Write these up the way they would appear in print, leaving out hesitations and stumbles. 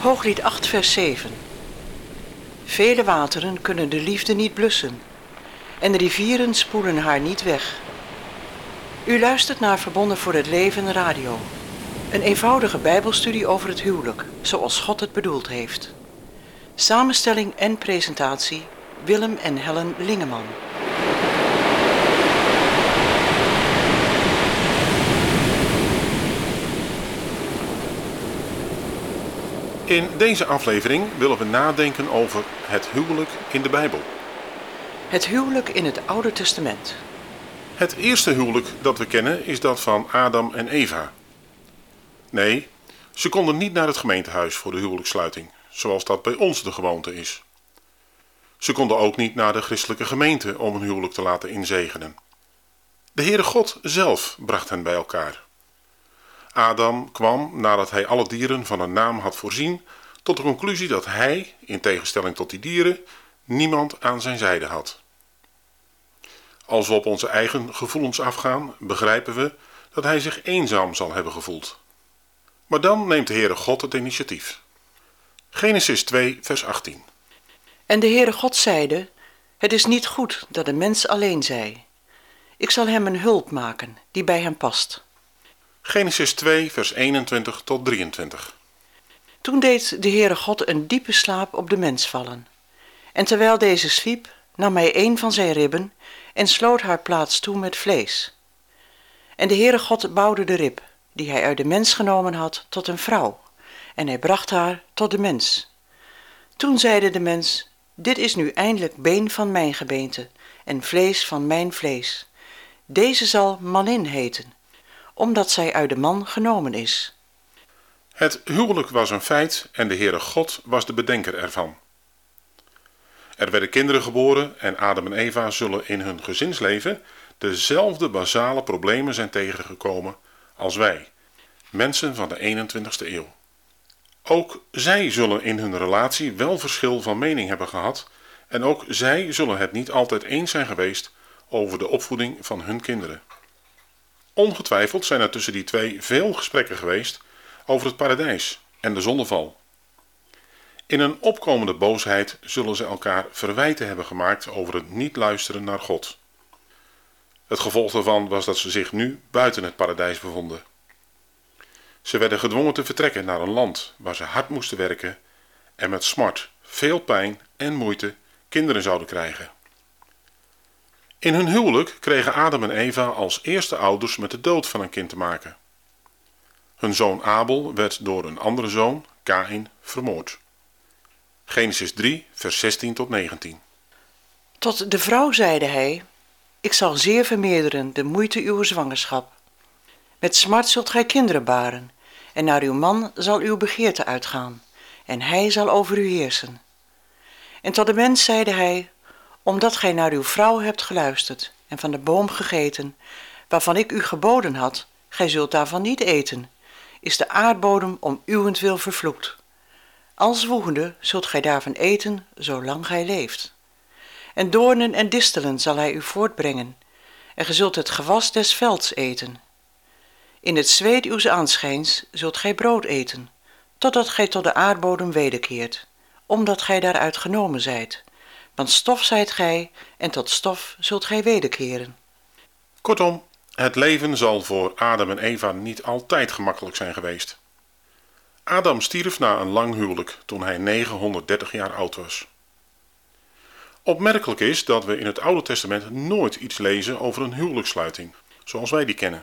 Hooglied 8 vers 7. Vele wateren kunnen de liefde niet blussen en de rivieren spoelen haar niet weg. U luistert naar Verbonden voor het Leven Radio. Een eenvoudige bijbelstudie over het huwelijk, zoals God het bedoeld heeft. Samenstelling en presentatie Willem en Helen Lingeman. In deze aflevering willen we nadenken over het huwelijk in de Bijbel. Het huwelijk in het Oude Testament. Het eerste huwelijk dat we kennen is dat van Adam en Eva. Nee, ze konden niet naar het gemeentehuis voor de huwelijkssluiting, zoals dat bij ons de gewoonte is. Ze konden ook niet naar de christelijke gemeente om een huwelijk te laten inzegenen. De Heere God zelf bracht hen bij elkaar. Adam kwam, nadat hij alle dieren van een naam had voorzien, tot de conclusie dat hij, in tegenstelling tot die dieren, niemand aan zijn zijde had. Als we op onze eigen gevoelens afgaan, begrijpen we dat hij zich eenzaam zal hebben gevoeld. Maar dan neemt de Heere God het initiatief. Genesis 2, vers 18. En de Heere God zeide: Het is niet goed dat de mens alleen zij. Ik zal hem een hulp maken die bij hem past. Genesis 2, vers 21 tot 23. Toen deed de Heere God een diepe slaap op de mens vallen. En terwijl deze sliep, nam hij een van zijn ribben en sloot haar plaats toe met vlees. En de Heere God bouwde de rib, die hij uit de mens genomen had, tot een vrouw, en hij bracht haar tot de mens. Toen zeide de mens: Dit is nu eindelijk been van mijn gebeente en vlees van mijn vlees. Deze zal manin heten, omdat zij uit de man genomen is. Het huwelijk was een feit en de Heere God was de bedenker ervan. Er werden kinderen geboren en Adam en Eva zullen in hun gezinsleven dezelfde basale problemen zijn tegengekomen als wij, mensen van de 21ste eeuw. Ook zij zullen in hun relatie wel verschil van mening hebben gehad en ook zij zullen het niet altijd eens zijn geweest over de opvoeding van hun kinderen. Ongetwijfeld zijn er tussen die twee veel gesprekken geweest over het paradijs en de zondeval. In een opkomende boosheid zullen ze elkaar verwijten hebben gemaakt over het niet luisteren naar God. Het gevolg daarvan was dat ze zich nu buiten het paradijs bevonden. Ze werden gedwongen te vertrekken naar een land waar ze hard moesten werken en met smart, veel pijn en moeite kinderen zouden krijgen. In hun huwelijk kregen Adam en Eva als eerste ouders met de dood van een kind te maken. Hun zoon Abel werd door een andere zoon, Kaïn, vermoord. Genesis 3, vers 16 tot 19. Tot de vrouw zeide hij: Ik zal zeer vermeerderen de moeite uw zwangerschap. Met smart zult gij kinderen baren, en naar uw man zal uw begeerte uitgaan, en hij zal over u heersen. En tot de mens zeide hij: Omdat gij naar uw vrouw hebt geluisterd en van de boom gegeten, waarvan ik u geboden had, gij zult daarvan niet eten, is de aardbodem om uwentwil vervloekt. Al zwoegende zult gij daarvan eten, zolang gij leeft. En doornen en distelen zal hij u voortbrengen, en gij zult het gewas des velds eten. In het zweet uws aanschijns zult gij brood eten, totdat gij tot de aardbodem wederkeert, omdat gij daaruit genomen zijt. Want stof zijt gij, en tot stof zult gij wederkeren. Kortom, het leven zal voor Adam en Eva niet altijd gemakkelijk zijn geweest. Adam stierf na een lang huwelijk toen hij 930 jaar oud was. Opmerkelijk is dat we in het Oude Testament nooit iets lezen over een huwelijkssluiting, zoals wij die kennen.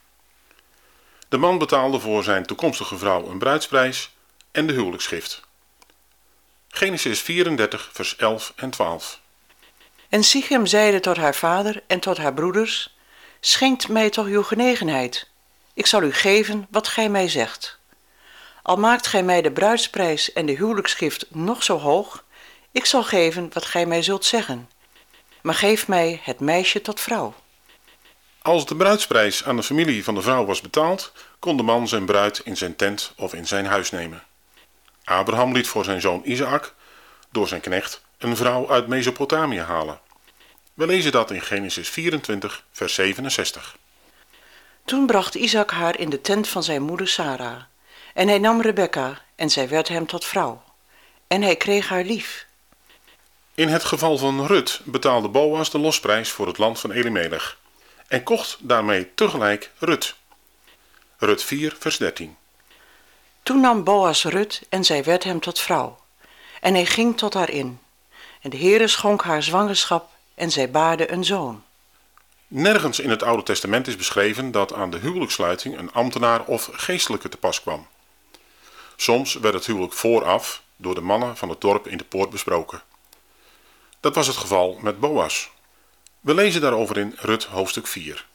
De man betaalde voor zijn toekomstige vrouw een bruidsprijs en de huwelijksgift. Genesis 34, vers 11 en 12. En Sichem zeide tot haar vader en tot haar broeders: Schenkt mij toch uw genegenheid. Ik zal u geven wat gij mij zegt. Al maakt gij mij de bruidsprijs en de huwelijksgift nog zo hoog, ik zal geven wat gij mij zult zeggen. Maar geef mij het meisje tot vrouw. Als de bruidsprijs aan de familie van de vrouw was betaald, kon de man zijn bruid in zijn tent of in zijn huis nemen. Abraham liet voor zijn zoon Isaac, door zijn knecht, een vrouw uit Mesopotamië halen. We lezen dat in Genesis 24, vers 67. Toen bracht Isaac haar in de tent van zijn moeder Sara. En hij nam Rebekka en zij werd hem tot vrouw. En hij kreeg haar lief. In het geval van Rut betaalde Boas de losprijs voor het land van Elimelech en kocht daarmee tegelijk Rut. Rut 4 vers 13. Toen nam Boas Rut en zij werd hem tot vrouw. En hij ging tot haar in. En de Heere schonk haar zwangerschap en zij baarde een zoon. Nergens in het Oude Testament is beschreven dat aan de huwelijkssluiting een ambtenaar of geestelijke te pas kwam. Soms werd het huwelijk vooraf door de mannen van het dorp in de poort besproken. Dat was het geval met Boas. We lezen daarover in Rut hoofdstuk 4.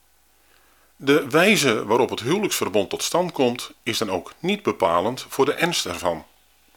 De wijze waarop het huwelijksverbond tot stand komt is dan ook niet bepalend voor de ernst ervan.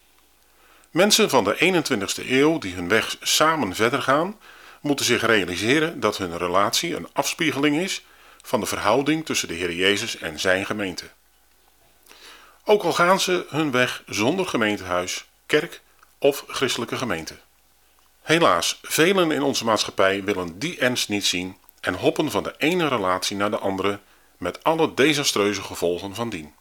Mensen van de 21ste eeuw die hun weg samen verder gaan, moeten zich realiseren dat hun relatie een afspiegeling is van de verhouding tussen de Heer Jezus en zijn gemeente. Ook al gaan ze hun weg zonder gemeentehuis, kerk of christelijke gemeente. Helaas, velen in onze maatschappij willen die ernst niet zien en hoppen van de ene relatie naar de andere met alle desastreuze gevolgen van dien.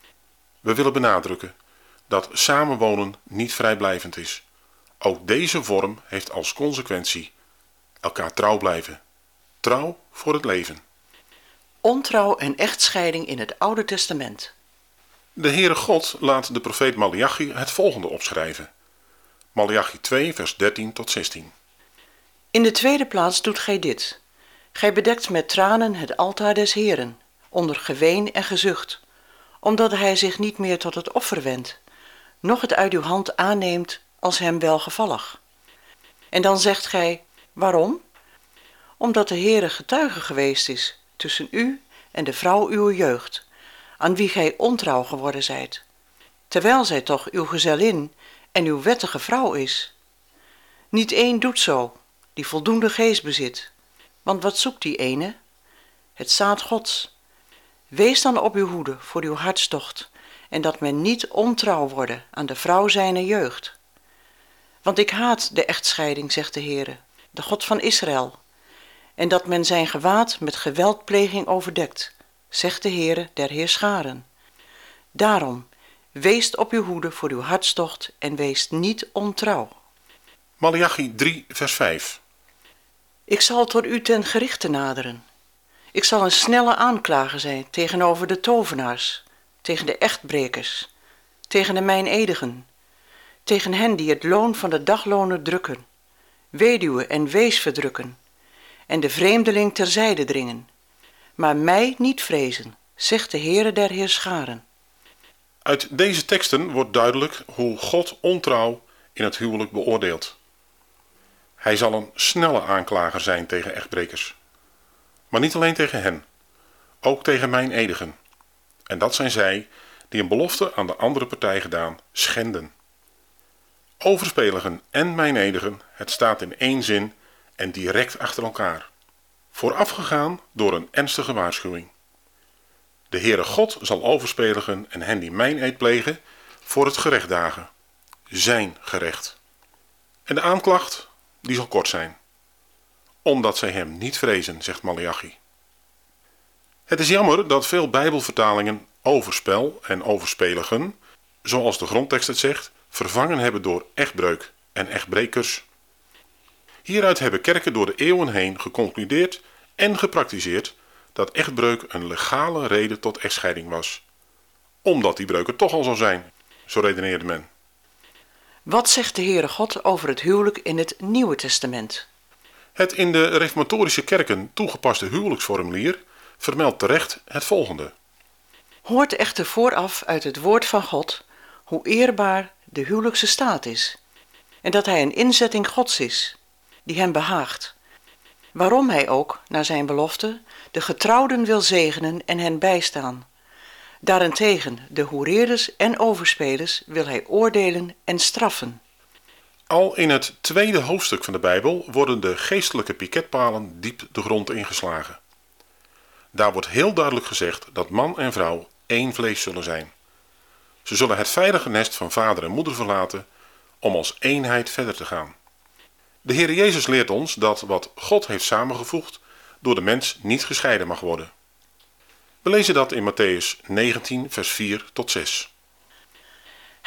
We willen benadrukken dat samenwonen niet vrijblijvend is. Ook deze vorm heeft als consequentie elkaar trouw blijven. Trouw voor het leven. Ontrouw en echtscheiding in het Oude Testament. De Heere God laat de profeet Maleachi het volgende opschrijven. Maleachi 2 vers 13 tot 16. In de tweede plaats doet gij dit. Gij bedekt met tranen het altaar des Heeren, onder geween en gezucht, omdat hij zich niet meer tot het offer wendt, noch het uit uw hand aanneemt als hem welgevallig. En dan zegt gij, waarom? Omdat de Heere getuige geweest is tussen u en de vrouw uw jeugd, aan wie gij ontrouw geworden zijt, terwijl zij toch uw gezellin en uw wettige vrouw is. Niet één doet zo, die voldoende geest bezit, want wat zoekt die ene? Het zaad Gods. Wees dan op uw hoede voor uw hartstocht, en dat men niet ontrouw worden aan de vrouw zijner jeugd. Want ik haat de echtscheiding, zegt de Heere, de God van Israël, en dat men zijn gewaad met geweldpleging overdekt, zegt de Heere der Heerscharen. Daarom, weest op uw hoede voor uw hartstocht en weest niet ontrouw. Maleachi 3 vers 5. Ik zal tot u ten gerichte naderen. Ik zal een snelle aanklager zijn tegenover de tovenaars, tegen de echtbrekers, tegen de mijnedigen, tegen hen die het loon van de dagloner drukken, weduwen en wees verdrukken, en de vreemdeling terzijde dringen, maar mij niet vrezen, zegt de Heere der Heerscharen. Uit deze teksten wordt duidelijk hoe God ontrouw in het huwelijk beoordeelt. Hij zal een snelle aanklager zijn tegen echtbrekers. Maar niet alleen tegen hen, ook tegen mijnedigen. En dat zijn zij die een belofte aan de andere partij gedaan schenden. Overspeligen en mijnedigen, het staat in één zin en direct achter elkaar. Voorafgegaan door een ernstige waarschuwing. De Heere God zal overspeligen en hen die mijneed plegen voor het gerecht dagen. Zijn gerecht. En de aanklacht, die zal kort zijn. Omdat zij hem niet vrezen, zegt Maleachi. Het is jammer dat veel Bijbelvertalingen overspel en overspeligen, zoals de grondtekst het zegt, vervangen hebben door echtbreuk en echtbrekers. Hieruit hebben kerken door de eeuwen heen geconcludeerd en gepraktiseerd dat echtbreuk een legale reden tot echtscheiding was. Omdat die breuk er toch al zou zijn, zo redeneerde men. Wat zegt de Heere God over het huwelijk in het Nieuwe Testament? Het in de reformatorische kerken toegepaste huwelijksformulier vermeldt terecht het volgende. Hoort echter vooraf uit het woord van God hoe eerbaar de huwelijkse staat is, en dat hij een inzetting Gods is, die hem behaagt, waarom hij ook, naar zijn belofte, de getrouwden wil zegenen en hen bijstaan. Daarentegen de hoereerders en overspelers wil hij oordelen en straffen. Al in het tweede hoofdstuk van de Bijbel worden de geestelijke piketpalen diep de grond ingeslagen. Daar wordt heel duidelijk gezegd dat man en vrouw één vlees zullen zijn. Ze zullen het veilige nest van vader en moeder verlaten om als eenheid verder te gaan. De Heer Jezus leert ons dat wat God heeft samengevoegd door de mens niet gescheiden mag worden. We lezen dat in Matthäus 19 vers 4 tot 6.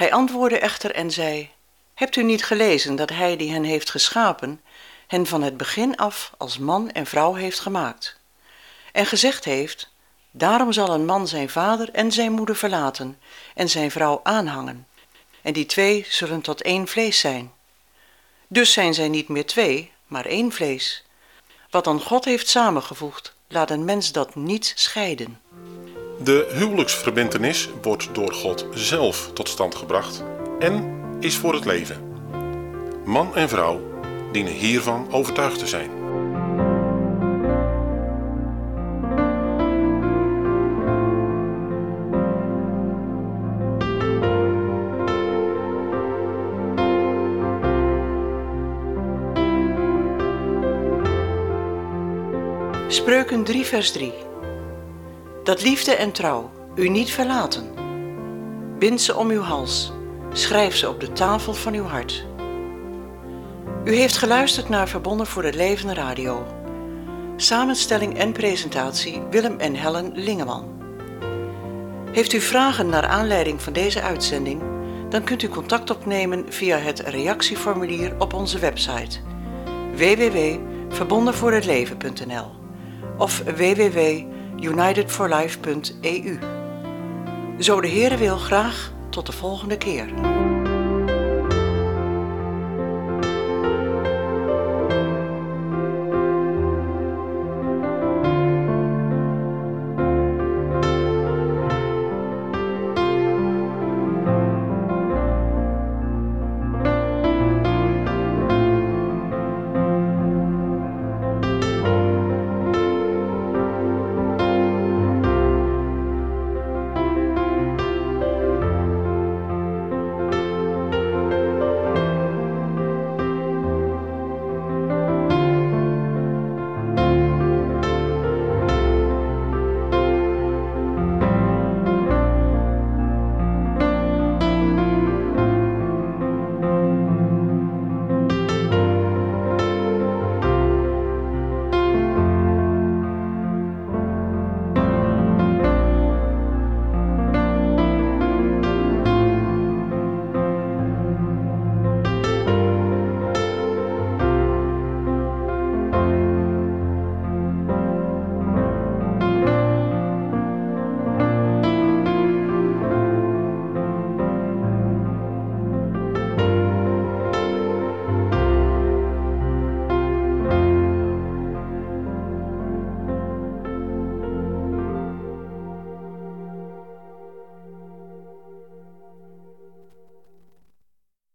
Hij antwoordde echter en zei: Hebt u niet gelezen dat hij die hen heeft geschapen, hen van het begin af als man en vrouw heeft gemaakt? En gezegd heeft: Daarom zal een man zijn vader en zijn moeder verlaten en zijn vrouw aanhangen. En die twee zullen tot één vlees zijn. Dus zijn zij niet meer twee, maar één vlees. Wat dan God heeft samengevoegd, laat een mens dat niet scheiden. De huwelijksverbintenis wordt door God zelf tot stand gebracht en is voor het leven. Man en vrouw dienen hiervan overtuigd te zijn. Spreuken 3 vers 3. Dat liefde en trouw u niet verlaten. Bind ze om uw hals, schrijf ze op de tafel van uw hart. U heeft geluisterd naar Verbonden voor het Leven Radio. Samenstelling en presentatie Willem en Helen Lingeman. Heeft u vragen naar aanleiding van deze uitzending? Dan kunt u contact opnemen via het reactieformulier op onze website www.verbondenvoorhetleven.nl of www.unitedforlife.eu. Zo de Heere wil, graag tot de volgende keer.